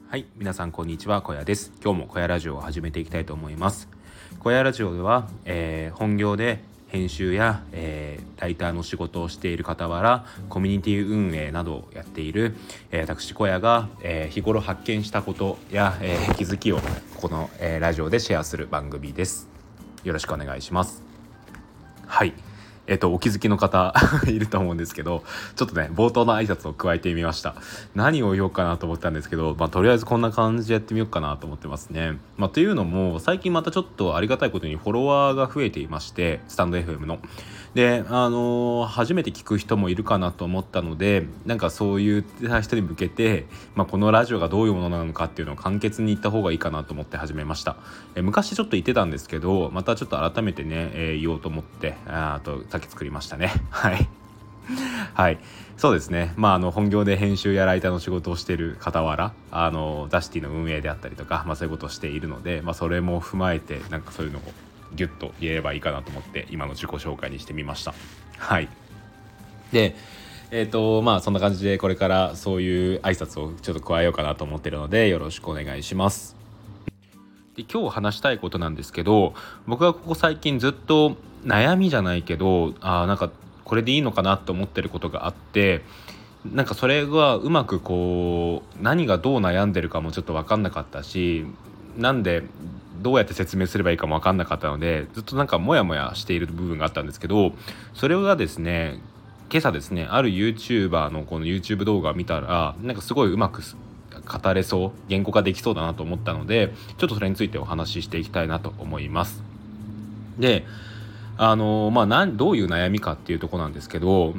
はい、皆さんこんにちは、小屋です。今日も小屋ラジオを始めていきたいと思います。小屋ラジオでは、本業で編集や、ライターの仕事をしている傍らコミュニティ運営などをやっている、私小屋が、日頃発見したことや、気づきをこの、ラジオでシェアする番組です。よろしくお願いします。はい、お気づきの方いると思うんですけど、ちょっとね冒頭の挨拶を加えてみました。何を言おうかなと思ったんですけど、とりあえずこんな感じでやってみようかなと思ってますね。というのも最近またちょっとありがたいことにフォロワーが増えていまして、スタンド FM ので、初めて聞く人もいるかなと思ったので、なんかそういう人に向けて、このラジオがどういうものなのかっていうのを簡潔に言った方がいいかなと思って始めました。昔ちょっと言ってたんですけど、またちょっと改めてね、言おうと思ってあとさっき作りましたね。はいはい、そうですね。本業で編集やライターの仕事をしている傍ら、ダシティの運営であったりとか、そういうことをしているので、それも踏まえてなんかそういうのをギュッと言えればいいかなと思って今の自己紹介にしてみました。はい。で、そんな感じでこれからそういう挨拶をちょっと加えようかなと思っているので、よろしくお願いします。で、今日話したいことなんですけど、僕がここ最近ずっと悩みじゃないけど、なんかこれでいいのかなと思ってることがあって、なんかそれがうまくこう何がどう悩んでるかもちょっと分かんなかったし、なんでどうやって説明すればいいかも分かんなかったので、ずっとなんかモヤモヤしている部分があったんですけど、それがですね、今朝ですね、ある YouTuber のこの YouTube 動画を見たら、なんかすごいうまく語れそう、言語化できそうだなと思ったので、ちょっとそれについてお話ししていきたいなと思います。で、どういう悩みかっていうところなんですけど、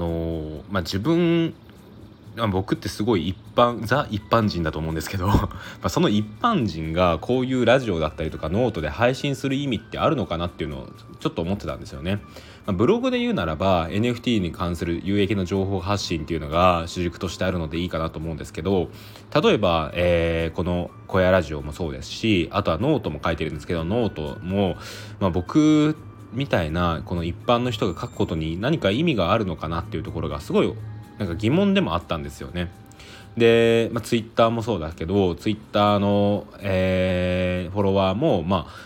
僕ってすごいザ一般人だと思うんですけどその一般人がこういうラジオだったりとかノートで配信する意味ってあるのかなっていうのをちょっと思ってたんですよね。ブログで言うならば NFT に関する有益な情報発信っていうのが主軸としてあるのでいいかなと思うんですけど、例えば、この小屋ラジオもそうですし、あとはノートも書いてるんですけど、ノートも、僕みたいなこの一般の人が書くことに何か意味があるのかなっていうところがすごいなんか疑問でもあったんですよね。で、ツイッターもそうだけど、ツイッターの、フォロワーも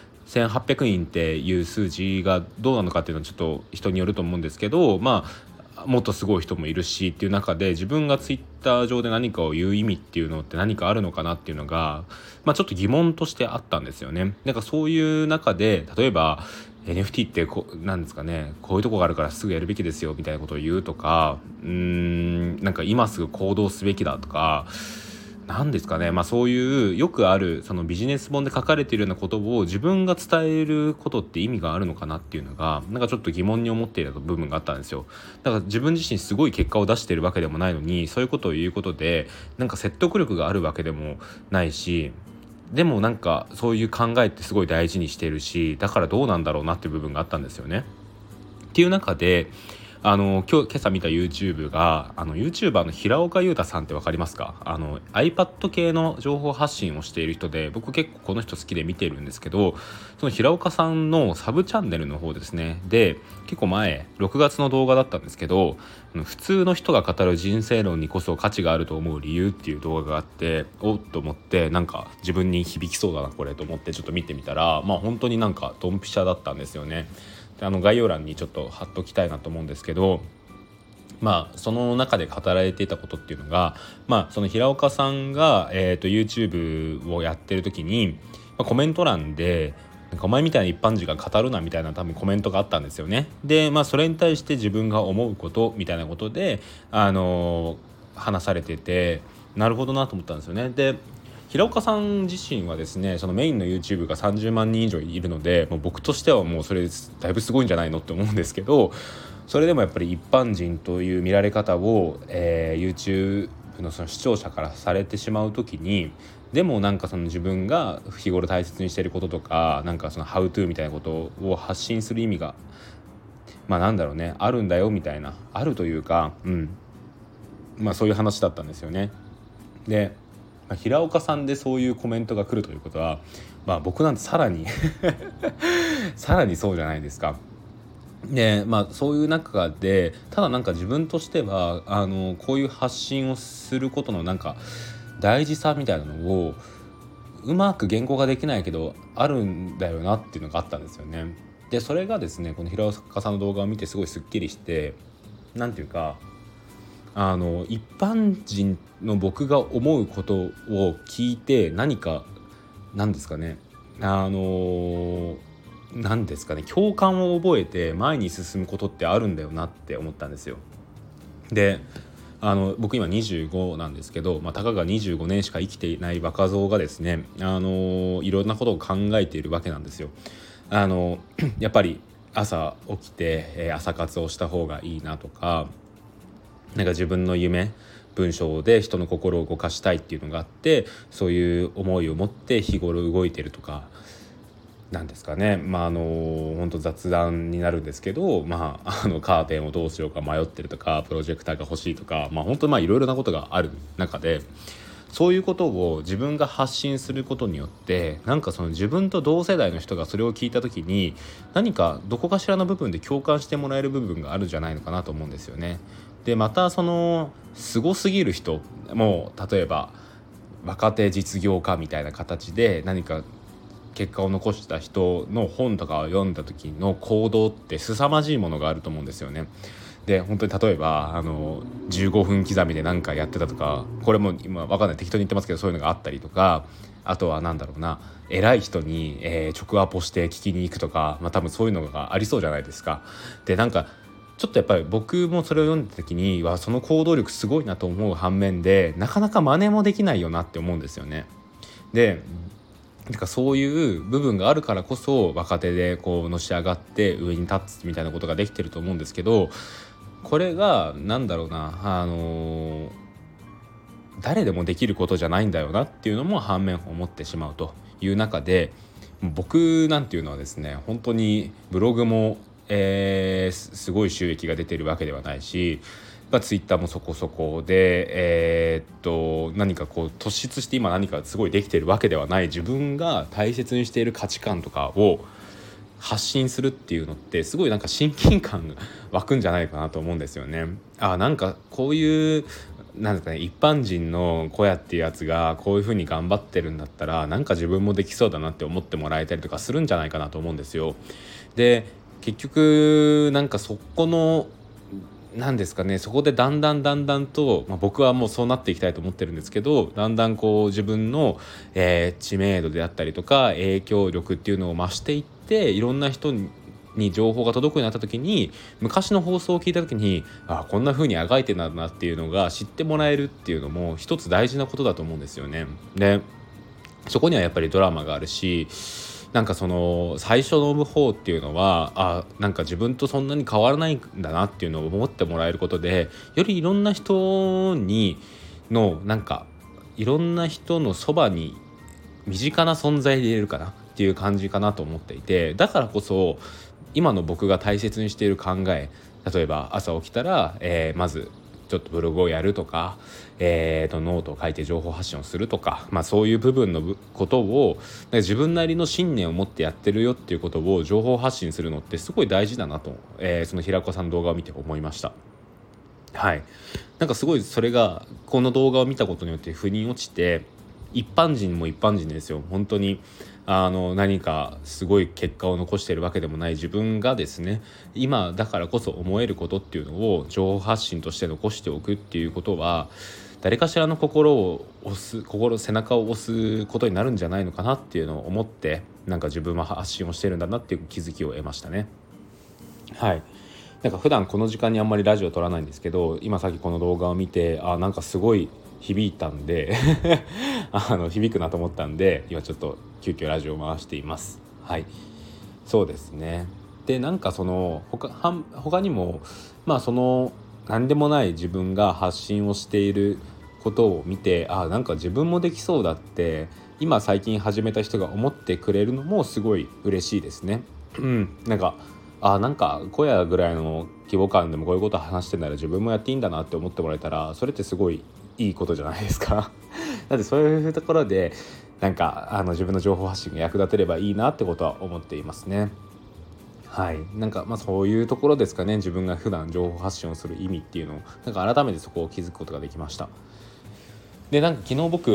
1800人っていう数字がどうなのかっていうのはちょっと人によると思うんですけど、もっとすごい人もいるしっていう中で、自分がツイッター上で何かを言う意味っていうのって何かあるのかなっていうのが、ちょっと疑問としてあったんですよね。なんかそういう中で、例えば NFT ってなんですかね、こういうとこがあるからすぐやるべきですよみたいなことを言うとか、なんか今すぐ行動すべきだとか、なんですかね、そういうよくあるそのビジネス本で書かれているようなことを自分が伝えることって意味があるのかなっていうのが、なんかちょっと疑問に思っている部分があったんですよ。だから自分自身すごい結果を出しているわけでもないのに、そういうことを言うことでなんか説得力があるわけでもないし、でもなんかそういう考えってすごい大事にしているし、だからどうなんだろうなっていう部分があったんですよね。っていう中で、今朝見た YouTube がYouTuber の平岡裕太さんって分かりますか？iPad 系の情報発信をしている人で、僕結構この人好きで見てるんですけど、その平岡さんのサブチャンネルの方ですね、で結構前6月の動画だったんですけど、普通の人が語る人生論にこそ価値があると思う理由っていう動画があって、おっと思って、なんか自分に響きそうだなこれと思ってちょっと見てみたら、本当になんかドンピシャだったんですよね。概要欄にちょっと貼っときたいなと思うんですけど、その中で語られていたことっていうのが、その平岡さんが、YouTube をやってる時に、コメント欄でなんかお前みたいな一般人が語るなみたいな多分コメントがあったんですよね。で、それに対して自分が思うことみたいなことで話されてて、なるほどなと思ったんですよね。で、平岡さん自身はですね、そのメインの YouTube が30万人以上いるので、もう僕としてはもうそれだいぶすごいんじゃないのって思うんですけど、それでもやっぱり一般人という見られ方を、YouTube のその視聴者からされてしまうときに、でもなんかその自分が日頃大切にしていることとか、なんかその How to みたいなことを発信する意味がなんだろうね、あるんだよみたいな、あるというか、そういう話だったんですよね。で、平岡さんでそういうコメントが来るということは、僕なんてさらにさらにそうじゃないですか。で、そういう中で、ただなんか自分としてはこういう発信をすることのなんか大事さみたいなのをうまく言語化できないけどあるんだよなっていうのがあったんですよね。でそれがですね、この平岡さんの動画を見てすごいすっきりして、なんていうか一般人の僕が思うことを聞いて何か何ですかね何ですかね共感を覚えて前に進むことってあるんだよなって思ったんですよ。で僕今25なんですけど、たかが25年しか生きていない若造がですねいろんなことを考えているわけなんですよ。やっぱり朝起きて、朝活をした方がいいなとか、なんか自分の夢文章で人の心を動かしたいっていうのがあって、そういう思いを持って日頃動いてるとかなんですかね。本当雑談になるんですけど、カーテンをどうしようか迷ってるとか、プロジェクターが欲しいとか、本当いろいろなことがある中で、そういうことを自分が発信することによって、なんかその自分と同世代の人がそれを聞いた時に何かどこかしらの部分で共感してもらえる部分があるんじゃないのかなと思うんですよね。でまたそのすごすぎる人も、例えば若手実業家みたいな形で何か結果を残した人の本とかを読んだ時の行動って凄まじいものがあると思うんですよね。で本当に例えば15分刻みで何かやってたとか、これも今わかんない適当に言ってますけど、そういうのがあったりとか、あとは偉い人に、直アポして聞きに行くとか、多分そういうのがありそうじゃないですか。でちょっとやっぱり僕もそれを読んだ時にその行動力すごいなと思う反面で、なかなか真似もできないよなって思うんですよね。でそういう部分があるからこそ若手でこうのし上がって上に立つみたいなことができてると思うんですけど、これが誰でもできることじゃないんだよなっていうのも反面思ってしまうという中で、僕なんていうのはですね、本当にブログも、すごい収益が出てるわけではないし、ツイッターもそこそこで、何かこう突出して今何かすごいできてるわけではない、自分が大切にしている価値観とかを発信するっていうのってすごい親近感が湧くんじゃないかなと思うんですよね。なんかこういうなんですかね、一般人の小屋っていうやつがこういう風に頑張ってるんだったら、なんか自分もできそうだなって思ってもらえたりとかするんじゃないかなと思うんですよ。で結局そこのなんですかね、そこでだんだんと、僕はもうそうなっていきたいと思ってるんですけど、だんだんこう自分の、知名度であったりとか影響力っていうのを増していって、いろんな人に情報が届くようになった時に、昔の放送を聞いた時にこんな風にあがいてんだなっていうのが知ってもらえるっていうのも一つ大事なことだと思うんですよね。でそこにはやっぱりドラマがあるし、その最初の方っていうのは自分とそんなに変わらないんだなっていうのを思ってもらえることで、よりいろんな人にのいろんな人のそばに身近な存在でいれるかなっていう感じかなと思っていて、だからこそ今の僕が大切にしている考え、例えば朝起きたら、まずちょっとブログをやるとか、ノートを書いて情報発信をするとか、そういう部分のことを自分なりの信念を持ってやってるよっていうことを情報発信するのってすごい大事だなと、その平子さんの動画を見て思いました。はい、すごいそれがこの動画を見たことによって腑に落ちて、一般人も一般人ですよ。本当に何かすごい結果を残しているわけでもない自分がですね、今だからこそ思えることっていうのを情報発信として残しておくっていうことは、誰かしらの背中を押すことになるんじゃないのかなっていうのを思って、自分は発信をしてるんだなっていう気づきを得ましたね。はい、普段この時間にあんまりラジオ撮らないんですけど、今さっきこの動画を見てすごい響いたんで響くなと思ったんで、今ちょっと急遽ラジオを回しています。はい、そうですね。でその他にもその何でもない自分が発信をしていることを見て、自分もできそうだって今最近始めた人が思ってくれるのもすごい嬉しいですね。小屋ぐらいの規模感でもこういうこと話してんなら自分もやっていいんだなって思ってもらえたら、それってすごいいいことじゃないですかだってそういうところで自分の情報発信が役立てればいいなってことは思っていますね。はい、そういうところですかね。自分が普段情報発信をする意味っていうのを改めてそこを気づくことができました。 でなんか昨日僕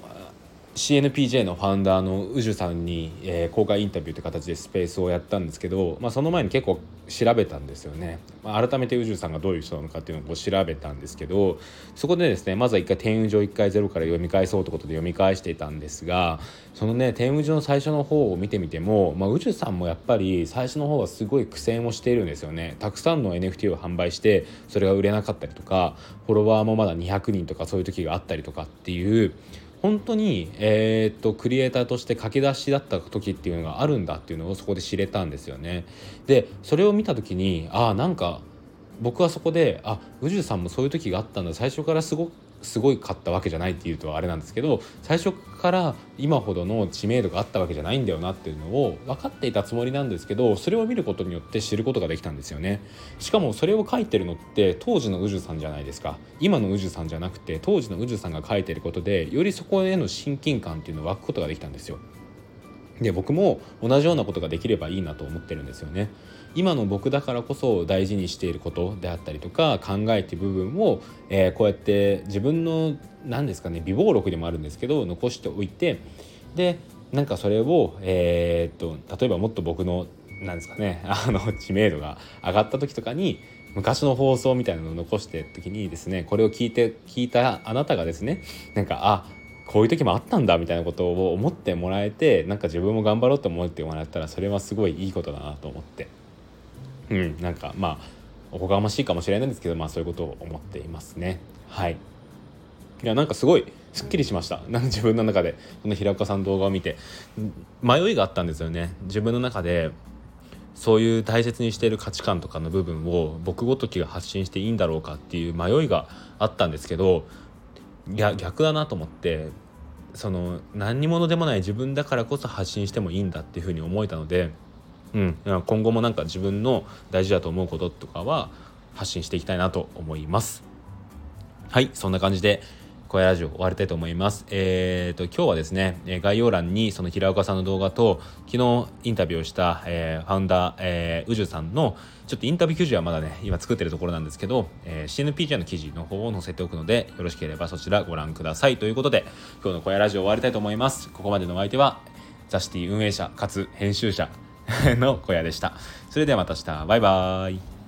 CNPJ のファウンダーの宇治さんに、公開インタビューという形でスペースをやったんですけど、その前に結構調べたんですよね。改めて宇治さんがどういう人なのかっていうのをこう調べたんですけど、そこでですねまずは一回天宇上1回0から読み返そうということで読み返していたんですが、そのね天宇上の最初の方を見てみても、宇治さんもやっぱり最初の方はすごい苦戦をしているんですよね。たくさんの NFT を販売してそれが売れなかったりとか、フォロワーもまだ200人とかそういう時があったりとかっていう本当に、クリエイターとして駆け出しだった時っていうのがあるんだっていうのをそこで知れたんですよね。でそれを見た時になんか僕はそこで宇治さんもそういう時があったんだ、最初からすごいかったわけじゃないっていうとあれなんですけど、最初から今ほどの知名度があったわけじゃないんだよなっていうのを分かっていたつもりなんですけど、それを見ることによって知ることができたんですよね。しかもそれを書いてるのって当時の宇治さんじゃないですか。今の宇治さんじゃなくて当時の宇治さんが書いてることでよりそこへの親近感っていうのを湧くことができたんですよ。で僕も同じようなことができればいいなと思ってるんですよね。今の僕だからこそ大事にしていることであったりとか考えている部分を、こうやって自分の何ですかね備忘録でもあるんですけど残しておいて、でなんかそれを、例えばもっと僕のなんですかね知名度が上がった時とかに昔の放送みたいなのを残して時にですね、これを聞いたあなたがですね、なんかこういう時もあったんだみたいなことを思ってもらえて、なんか自分も頑張ろうと思ってもらったらそれはすごいいいことだなと思って、なんかおこがましいかもしれないんですけど、そういうことを思っていますね。はい。いやなんかすごいすっきりしました。なんか自分の中でこの平岡さんの動画を見て迷いがあったんですよね。自分の中でそういう大切にしている価値観とかの部分を僕ごときが発信していいんだろうかっていう迷いがあったんですけど、いや逆だなと思って、その何にものでもない自分だからこそ発信してもいいんだっていうふうに思えたので、今後もなんか自分の大事だと思うこととかは発信していきたいなと思います。はい、そんな感じで小屋ラジオ終わりたいと思います。今日はですね概要欄にその平岡さんの動画と昨日インタビューをした、ファウンダー、宇治さんのちょっとインタビュー記事はまだね今作ってるところなんですけど、CNPJ の記事の方を載せておくのでよろしければそちらご覧ください。ということで今日の小屋ラジオ終わりたいと思います。ここまでのお相手はザシティ運営者かつ編集者の小屋でした。それではまた明日、バイバーイ。